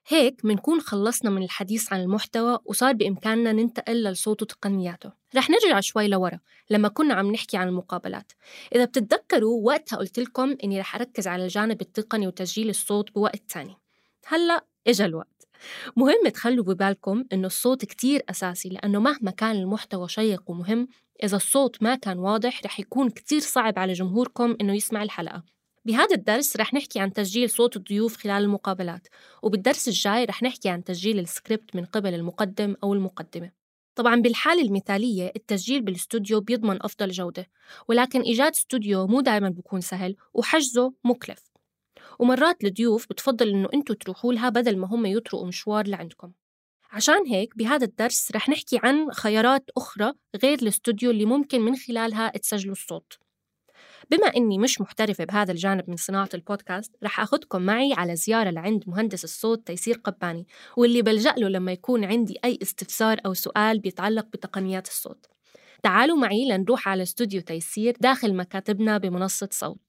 هيك منكون خلصنا من الحديث عن المحتوى وصار بإمكاننا ننتقل للصوت وتقنياته. رح نرجع شوي لورا لما كنا عم نحكي عن المقابلات. إذا بتتذكروا وقتها قلت لكم إني رح أركز على الجانب التقني وتسجيل الصوت بوقت تاني. هلأ إجا الوقت. مهم تخلوا ببالكم إنه الصوت كتير أساسي، لأنه مهما كان المحتوى شيق ومهم، إذا الصوت ما كان واضح رح يكون كتير صعب على جمهوركم إنه يسمع الحلقة. بهذا الدرس رح نحكي عن تسجيل صوت الضيوف خلال المقابلات، وبالدرس الجاي رح نحكي عن تسجيل السكريبت من قبل المقدم أو المقدمة. طبعاً بالحالة المثالية التسجيل بالاستوديو بيضمن أفضل جودة، ولكن إيجاد استوديو مو دايماً بيكون سهل وحجزه مكلف، ومرات الضيوف بتفضل إنه أنتوا تروحوا لها بدل ما هم يطرقوا مشوار لعندكم. عشان هيك بهذا الدرس رح نحكي عن خيارات أخرى غير الاستوديو اللي ممكن من خلالها تسجلوا الصوت. بما إني مش محترفة بهذا الجانب من صناعة البودكاست، رح أخذكم معي على زيارة لعند مهندس الصوت تيسير قباني، واللي بلجأ له لما يكون عندي أي استفسار أو سؤال بيتعلق بتقنيات الصوت. تعالوا معي لنروح على استوديو تيسير داخل مكاتبنا بمنصة صوت.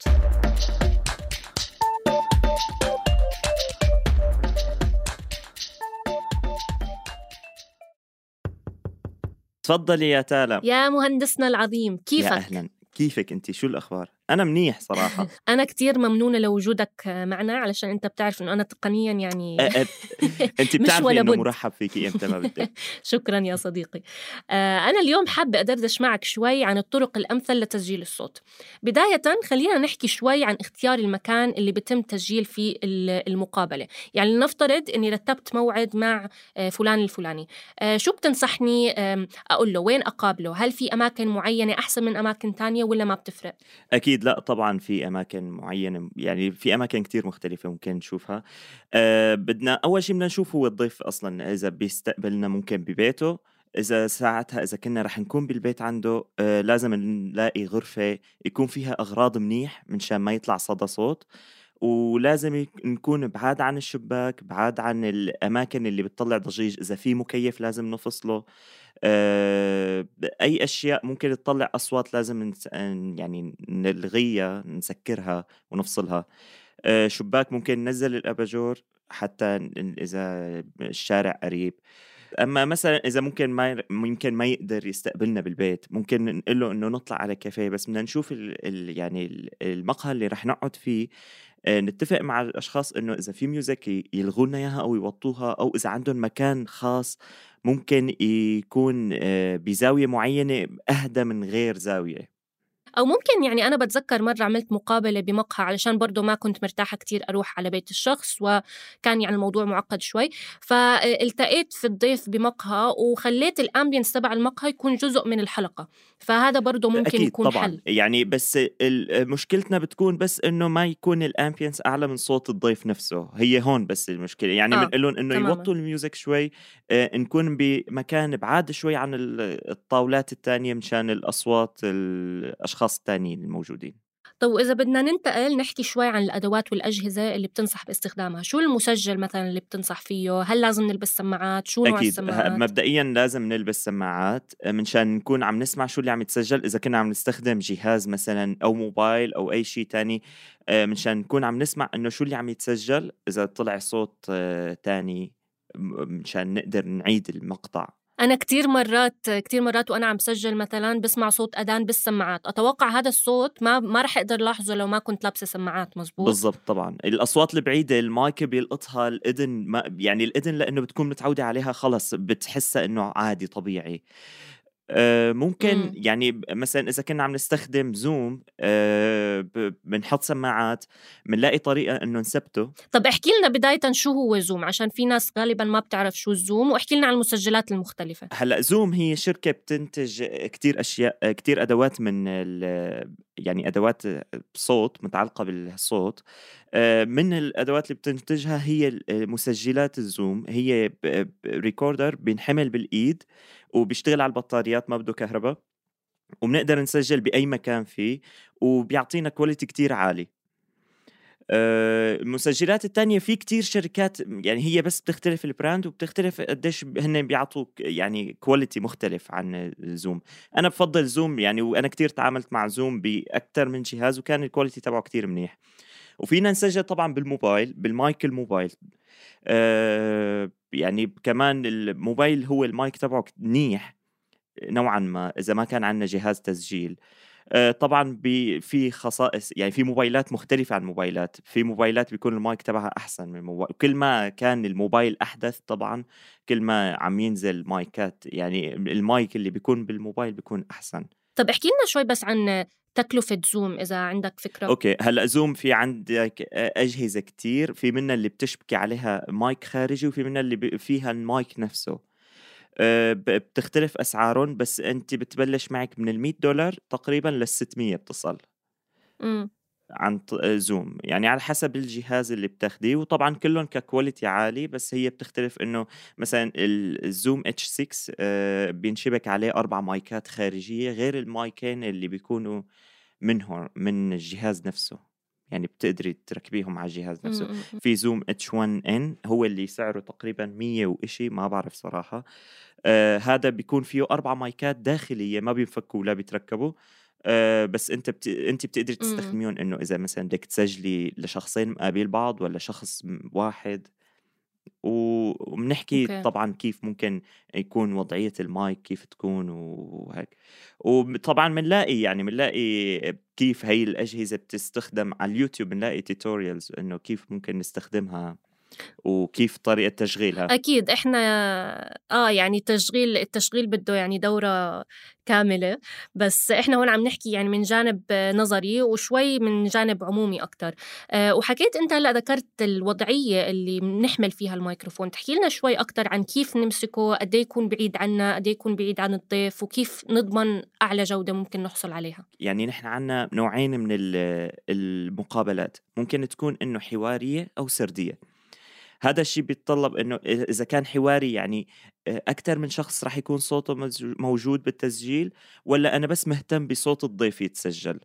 تفضلي يا تالا. يا مهندسنا العظيم، كيفك؟ يا أهلاً، كيفك أنت؟ شو الأخبار؟ أنا منيح صراحة. أنا كتير ممنونة لوجودك معنا، علشان أنت بتعرف إنه أنا تقنياً يعني أنت مش بتعرفي ولا إنه بد. مرحب فيكي إمتى ما بدك. شكراً يا صديقي. أنا اليوم حابة أدردش معك شوي عن الطرق الأمثل لتسجيل الصوت. بداية خلينا نحكي شوي عن اختيار المكان اللي بيتم تسجيل فيه المقابلة. يعني لنفترض إني رتبت موعد مع فلان الفلاني، شو بتنصحني أقول له؟ وين أقابله؟ هل في أماكن معينة أحسن من أماكن تانية ولا ما بتفرق؟ أكيد لا، طبعاً في أماكن معينة، يعني في أماكن كتير مختلفة ممكن نشوفها. بدنا أول شيء بدنا نشوف هو الضيف أصلاً إذا بيستقبلنا ممكن ببيته. إذا ساعتها إذا كنا رح نكون بالبيت عنده لازم نلاقي غرفة يكون فيها أغراض منيح منشان ما يطلع صدى صوت، ولازم نكون بعاد عن الشباك، بعاد عن الأماكن اللي بتطلع ضجيج. إذا في مكيف لازم نفصله. أي أشياء ممكن تطلع أصوات لازم يعني نلغيها، نسكرها ونفصلها. شباك ممكن ننزل الأباجور حتى إذا الشارع قريب. أما مثلا إذا ممكن ما يقدر يستقبلنا بالبيت، ممكن نقول له إنه نطلع على كافيه، بس بدنا نشوف يعني المقهى اللي رح نقعد فيه. نتفق مع الأشخاص إنه إذا في ميوزك يلغوا لنا إياها أو يوطوها، أو إذا عندهم مكان خاص ممكن يكون بزاوية معينة أهدى من غير زاوية. أو ممكن يعني أنا بتذكر مرة عملت مقابلة بمقهى علشان برضو ما كنت مرتاحة كتير أروح على بيت الشخص، وكان يعني الموضوع معقد شوي، فالتقيت في الضيف بمقهى وخليت الأمبينس تبع المقهى يكون جزء من الحلقة، فهذا برضو ممكن أكيد يكون طبعا، حل. يعني بس مشكلتنا بتكون بس إنه ما يكون الأمبيانس أعلى من صوت الضيف نفسه، هي هون بس المشكلة. يعني بنقولهم إنه تماما. يوطوا الميوزك شوي، نكون بمكان بعاد شوي عن الطاولات التانية مشان الأصوات الأشخاص التانيين الموجودين. طب وإذا بدنا ننتقل نحكي شوي عن الأدوات والأجهزة اللي بتنصح باستخدامها، شو المسجل مثلا اللي بتنصح فيه؟ هل لازم نلبس سماعات؟ شو نوع أكيد السماعات؟ مبدئيا لازم نلبس سماعات منشان نكون عم نسمع شو اللي عم يتسجل. إذا كنا عم نستخدم جهاز مثلا أو موبايل أو أي شيء تاني، منشان نكون عم نسمع إنه شو اللي عم يتسجل. إذا طلع صوت تاني منشان نقدر نعيد المقطع. أنا كتير مرات وأنا عم سجل مثلا بسمع صوت أذان بالسماعات، أتوقع هذا الصوت ما رح أقدر لاحظه لو ما كنت لابسة سماعات. مزبوط؟ بالضبط، طبعا الأصوات البعيدة المايك بيلقطها الإذن، ما يعني الإذن لأنه بتكون متعودة عليها خلص بتحسها إنه عادي طبيعي. ممكن يعني مثلا إذا كنا عم نستخدم زوم بنحط سماعات، بنلاقي طريقة إنه نثبته. طب احكي لنا بداية شو هو زوم، عشان في ناس غالبا ما بتعرف شو الزوم، واحكي لنا عن المسجلات المختلفة. هلا زوم هي شركة بتنتج كتير أشياء، كتير أدوات من يعني أدوات صوت متعلقة بالصوت. من الأدوات اللي بتنتجها هي مسجلات الزوم. هي ريكوردر بينحمل بالإيد وبيشتغل على البطاريات، ما بده كهرباء، وبنقدر نسجل بأي مكان فيه، وبيعطينا كواليتي كتير عالي. المسجلات التانية في كتير شركات، يعني هي بس بتختلف البراند وبتختلف قديش هن بيعطوا يعني كواليتي مختلف عن زوم. أنا بفضل زوم يعني، وأنا كتير تعاملت مع زوم بأكتر من جهاز وكان الكواليتي تبعه كتير منيح. وفينا نسجل طبعا بالموبايل، بالمايك الموبايل. يعني كمان الموبايل هو المايك تبعه منيح نوعًا ما إذا ما كان عندنا جهاز تسجيل. طبعًا في خصائص، يعني في موبايلات مختلفة عن موبايلات، في موبايلات بيكون المايك تبعها أحسن من وكل ما كان الموبايل أحدث طبعًا كل ما عم ينزل مايكات، يعني المايك اللي بيكون بالموبايل بيكون أحسن. طب احكي لنا شوي بس عن تكلفة زوم إذا عندك فكرة. أوكي، هلأ زوم في عندك أجهزة كتير، في منها اللي بتشبكي عليها مايك خارجي وفي منها اللي فيها المايك نفسه. بتختلف أسعارهم، بس أنتِ بتبلش معِك من $100 تقريبًا لل600 بتصل امم عن زوم، يعني على حسب الجهاز اللي بتاخديه، وطبعًا كلّن كquality عالي، بس هي بتختلف إنه مثلًا الزوم H6 بينشبك عليه 4 مايكات خارجية غير المايكين اللي بيكونوا من الجهاز نفسه، يعني بتقدري تركبيهم على الجهاز نفسه. امم في زوم H1N هو اللي سعره تقريبًا 100 وإشي، ما بعرف صراحة. هذا بيكون فيه 4 مايكات داخلية ما بينفكوا ولا بيتركبوا. بس أنتِ بتقدري امم تستخدميهم إنه إذا مثلًا بدِك تسجلي لشخصين مقابل بعض والّا شخص واحد. وبنحكي اوكي. طبعًا كيف ممكن يكون وضعية المايك كيف تكون وهيك. وطبعًا بنلاقي كيف هي الأجهزة بتستخدم على اليوتيوب، بنلاقي tutorials إنه كيف ممكن نستخدمها وكيف طريقة تشغيلها. أكيد إحنا يعني التشغيل بده يعني دورة كاملة، بس إحنا هون عم نحكي يعني من جانب نظري وشوي من جانب عمومي أكتر. وحكيت أنت هلأ ذكرت الوضعية اللي بنحمل فيها الميكروفون، تحكي لنا شوي أكتر عن كيف نمسكه، قد إيه يكون بعيد عنا، قد إيه يكون بعيد عن الضيف، وكيف نضمن أعلى جودة ممكن نحصل عليها. يعني نحن عنا نوعين من المقابلات، ممكن تكون إنه حوارية أو سردية. هذا الشيء بيتطلب إنه إذا كان حواري يعني أكتر من شخص راح يكون صوته موجود بالتسجيل، والّا أنا بس مهتم بصوت الضيف يتسجل.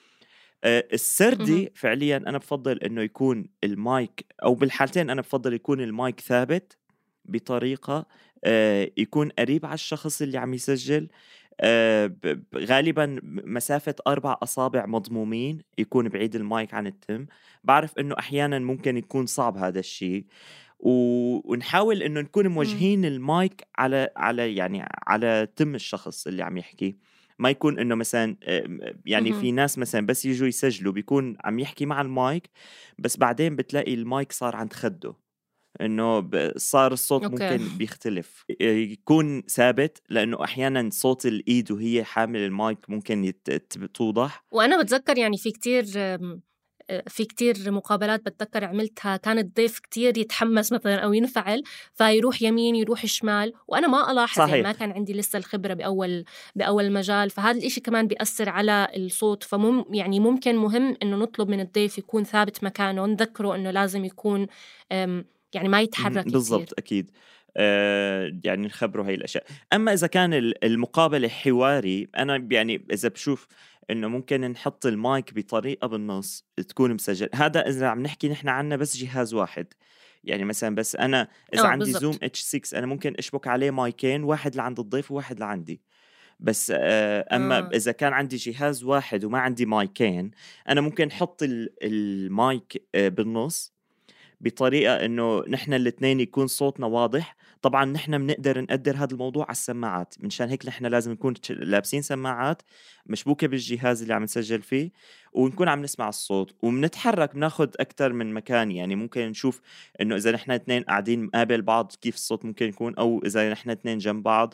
اهم، السردي فعليًا أنا بافضّل إنه يكون المايك، أو بالحالتين أنا بافضّل يكون المايك ثابت بطريقة يكون قريب على الشخص اللي عم يسجل. ب ب غالبًا مسافة 4 أصابع مضمومين، يكون بعيد المايك عن التِّم. باعرف إنه أحيانًا ممكن يكون صعب هذا الشي، و ونحاول إنه نكون إمم، موجهين المايك على يعني على تِم الشخص اللي عم يحكي. ما يكون إنه مثلًا يعني اهم، في ناس مثلًا بس ييجوا يسجلوا بيكون عم يحكي مع المايك، بس بعدين بتلاقي المايك صار عند خدُّه. إنه صار الصوت أوكي. ممكن بيختلف، يكون ثابت، لإنه أحيانًا صوت الإيد وهي حاملة المايك ممكن يت ت توضح. وأنا باتذكّر يعني في كتير مقابلات باتذكّر عملتها، كان الضيف كتير يتحمّس مثلًا أو ينفعل، فيروح يمين، يروح شمال، وأنا ما ألاحظ يعني ما صحيح. كان عندي لسه الخبرة بأول مجال، فهذا الإشي كمان بيأثّر على الصوت، يعني ممكن مهم إنه نطلب من الضيف يكون ثابت مكانه، نذكّره إنه لازم يكون يعني ما يتحرّك كتير. بالضبط أكيد. يعني نخبّره هاي الأشياء. أمّا إذا كان المقابلة حواري، أنا يعني إذا باشوف إنه ممكن نحط المايك بطريقة بالنُص تكون هذا إذا عم نحكي نحن عنا بس جهاز واحد. يعني مثلًا بس أنا إذا عندي Zoom بالضبط. H6 أنا ممكن أشبك عليه مايكين، واحد لعند الضيف وواحد لعندي. بس أمّا آه، إذا كان عندي جهاز واحد وما عندي مايكين، أنا ممكن أحط المايك بالنُص بطريقة إنه نحن الاتنين يكون صوتنا واضح. طبعًا نحن بنقدر نقدّر هذا الموضوع على السماعات، منشان هيك نحن لازم نكون لابسين سماعات مشبوكة بالجهاز اللي عم نسجّل فيه، ونكون عم نسمع الصوت، وبنتحرّك بناخُد أكتر من مكان. يعني ممكن نشوف إنه إذا نحن 2 قاعدين مقابل بعض كيف الصوت ممكن يكون، أو إذا نحن 2 جنب بعض.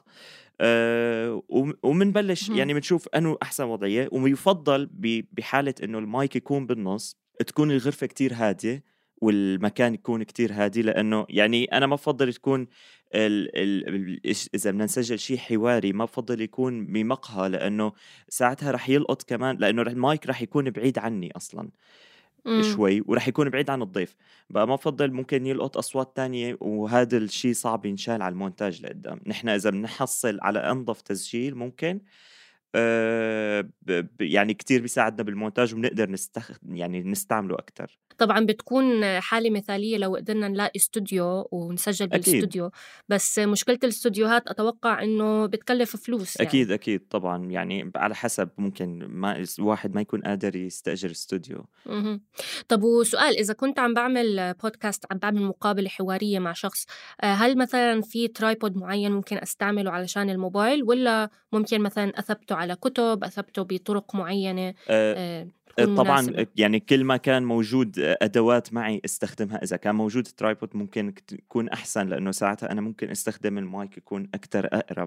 ومنبلّش اهم، يعني بنشوف أنو أحسن وضعية. ويُفضّل بحالة إنه المايك يكون بالنُص، تكون الغرفة كتير هادية والمكان يكون كتير هادي، لإنه يعني أنا ما بافضّل تكون إذا بدنا نسجّل شي حواري ما بافضّل يكون بمقهى، لإنه ساعتها رح يلقط كمان، لإنه المايك رح يكون بعيد عني أصلًا إمم. شوي، ورح يكون بعيد عن الضيف. بقى ما بافضّل ممكن يلقط أصوات تانية، وهذا الشي صعب ينشال على المونتاج لقدّام. نحن إذا بنحصّل على أنظف تسجيل ممكن ب ب يعني كتير بيساعدنا بالمونتاج، وبنقدر يعني نستعمله أكتر. طبعا بتكون حالة مثالية لو قدرنا نلاقي استوديو ونسجل أكيد بالاستوديو، بس مشكلة الاستوديوهات أتوقع إنه بتكلف فلوس يعني. أكيد طبعا، يعني على حسب، ممكن ما الواحد ما يكون قادر يستأجر استوديو. مهم. طب وسؤال، إذا كنت عم بعمل بودكاست، عم بعمل مقابلة حوارية مع شخص، هل مثلا في ترايبود معين ممكن أستعمله علشان الموبايل، ولا ممكن مثلا أثبته على كتب، أثبته بطرق معينة تكون طبعا مناسبة؟ يعني كل ما كان موجود أدوات معي استخدمها. إذا كان موجود ترايبود ممكن تكون أحسن، لأنه ساعتها أنا ممكن استخدم المايك يكون أكتر أقرب.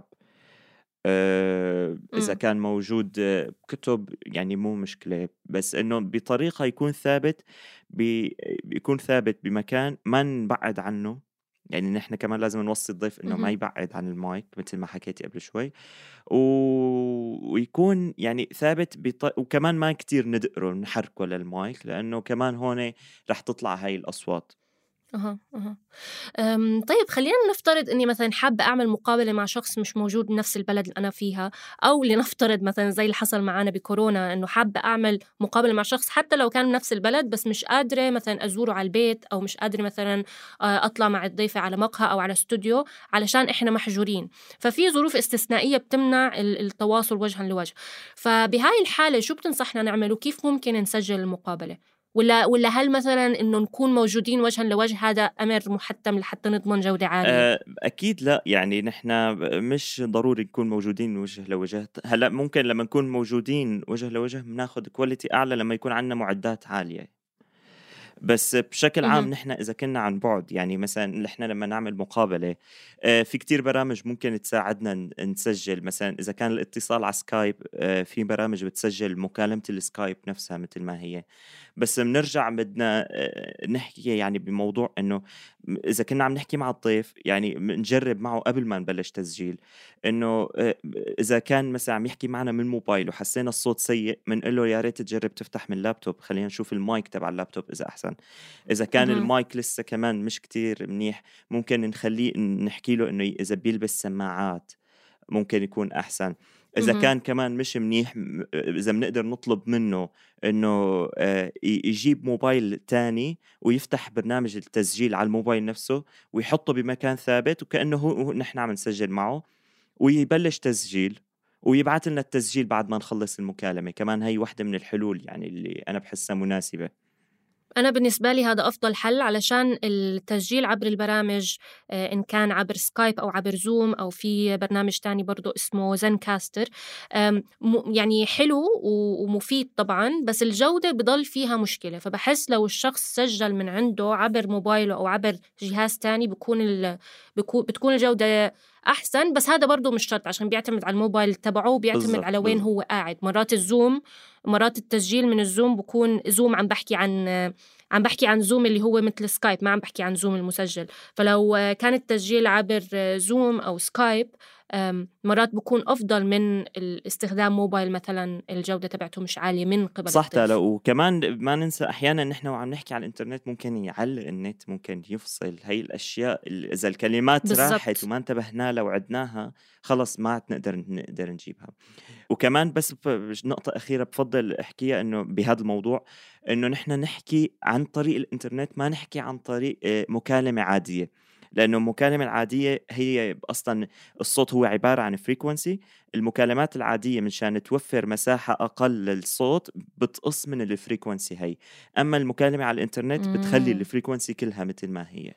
إذا مم. كان موجود كتب يعني مو مشكلة، بس إنه بطريقة يكون ثابت، بيكون ثابت بمكان ما نبعد عنه. يعني نحن كمان لازم نوصي الضيف إنه ما مهم. يبعد عن المايك مثل ما حكيتي قبل شوي، و... ويكون يعني ثابت وكمان ما كتير ندقره نحركه للمايك، لأنه كمان هون رح تطلع هاي الأصوات. أها. طيب خلينا نفترض إني مثلا حابة أعمل مقابلة مع شخص مش موجود بنفس البلد اللي أنا فيها، أو لنفترض مثلا زي اللي حصل معنا بكورونا، إنه حابة أعمل مقابلة مع شخص حتى لو كان بنفس البلد، بس مش قادرة مثلا أزوره على البيت، أو مش قادرة مثلا أطلع مع الضيفة على مقهى أو على استوديو علشان إحنا محجورين. ففي ظروف استثنائية بتمنع التواصل وجها لوجه. فبهاي الحالة شو بتنصحنا نعمل، وكيف ممكن نسجل المقابلة؟ ولا هل مثلا إنه نكون موجودين وجها لوجه هذا أمر محتم لحتى نضمن جودة عالية؟ أكيد لا، يعني نحن مش ضروري نكون موجودين وجه لوجه. هلا ممكن لما نكون موجودين وجه لوجه بناخد كواليتي أعلى لما يكون عندنا معدات عالية. بس بشكل عام مهم. نحن إذا كنا عن بعد، يعني مثلا نحن لما نعمل مقابلة في كتير برامج ممكن تساعدنا نسجل. مثلا إذا كان الاتصال على سكايب، في برامج بتسجل مكالمة السكايب نفسها مثل ما هي. بس بنرجع بدنا نحكي يعني بموضوع إنه إذا كنا عم نحكي مع الضيف، يعني نجرب معه قبل ما نبلش تسجيل إنه إذا كان مثلا عم يحكي معنا من موبايل وحسينا الصوت سيء، بنقول له يا ريت تجرب تفتح من اللابتوب، خلينا نشوف المايك تبع اللابتوب إذا أحسن. إذا كان مهم. المايك لسه كمان مش كتير منيح، ممكن نخليه نحكي له إنه إذا بيلبس سماعات ممكن يكون أحسن. إذا مهم. كان كمان مش منيح، إذا بنقدر نطلب منه إنه يجيب موبايل تاني ويفتح برنامج التسجيل على الموبايل نفسه ويحطه بمكان ثابت، وكأنه نحن عم نسجل معه، ويبلش تسجيل ويبعث لنا التسجيل بعد ما نخلص المكالمة. كمان هي واحدة من الحلول يعني اللي أنا بحسها مناسبة. أنا بالنسبة لي هذا أفضل حل، علشان التسجيل عبر البرامج، إن كان عبر سكايب أو عبر زوم أو في برنامج تاني برضو اسمه زنكاستر، يعني حلو ومفيد طبعا، بس الجودة بضل فيها مشكلة. فبحس لو الشخص سجل من عنده عبر موبايله أو عبر جهاز تاني بتكون الجودة أحسن. بس هذا برضو مش شرط، عشان بيعتمد على الموبايل تبعه وبيعتمد على وين بالضبط. هو قاعد. مرات التسجيل من الزوم بكون زوم، عم بحكي عن زوم اللي هو مثل سكايب، ما عم بحكي عن زوم المسجل. فلو كان التسجيل عبر زوم أو سكايب، مرات بكون أفضل من الاستخدام موبايل مثلا الجودة تبعته مش عالية من قبل صح الضيف. وكمان ما ننسى احيانا نحن وعم نحكي على الانترنت ممكن يعلق النت، ممكن يفصل. هي الاشياء اذا الكلمات راحت بالضبط. وما انتبهنا لها وعدناها خلص ما عاد نقدر نجيبها. وكمان بس نقطة أخيرة بفضل أحكيها إنه بهذا الموضوع، إنه نحن نحكي عن طريق الإنترنت، ما نحكي عن طريق مكالمة عادية. لأنه المكالمة العادية هي أصلا الصوت هو عبارة عن فريكونسي. المكالمات العادية منشان توفر مساحة أقل للصوت بتقص من الفريكونسي هي. أما المكالمة على الإنترنت بتخلي مم. الفريكونسي كلها مثل ما هي.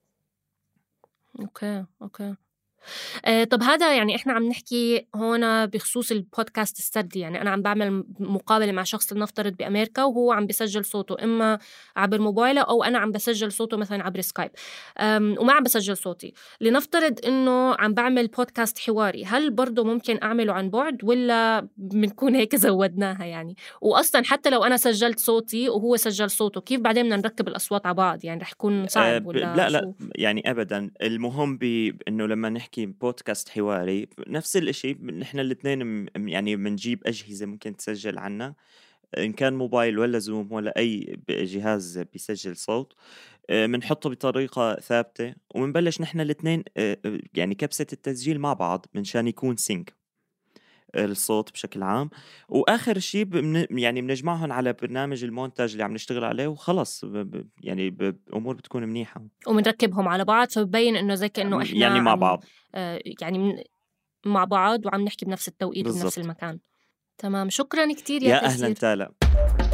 أوكي. طب هذا يعني إحنا عم نحكي هون بخصوص البودكاست السردي. يعني أنا عم بعمل مقابلة مع شخص لنفترض بأمريكا، وهو عم بسجل صوته إما عبر موبايله، أو أنا عم بسجل صوته مثلا عبر سكايب، وما عم بسجل صوتي. لنفترض إنه عم بعمل بودكاست حواري، هل برضه ممكن أعمله عن بعد، ولا بنكون هيك زودناها يعني؟ وأصلا حتى لو أنا سجلت صوتي وهو سجل صوته، كيف بعدين بدنا نركب الأصوات على بعض؟ يعني رح يكون صعب ولا لا شو؟ يعني ابدا. المهم انه لما نحكي بودكاست حواري نفس الاشي، نحن الاثنين يعني بنجيب اجهزه ممكن تسجل عنا، ان كان موبايل ولا زوم ولا اي جهاز بيسجل صوت. بنحطه بطريقه ثابته وبنبلش نحن الاثنين يعني كبسه التسجيل مع بعض منشان يكون سينك. الصوت بشكل عام، وآخر شي يعني بنجمعهم على برنامج المونتاج اللي عم نشتغل عليه وخلص يعني الأمور بتكون منيحة. ومنركبهم على بعض فببين إنه زي كأنه إحنا يعني مع عم بعض. يعني مع بعض وعم نحكي بنفس التوقيت وبنفس بالضبط. المكان. تمام، شكرا كتير يا يا أهلًا تيسير. تالا.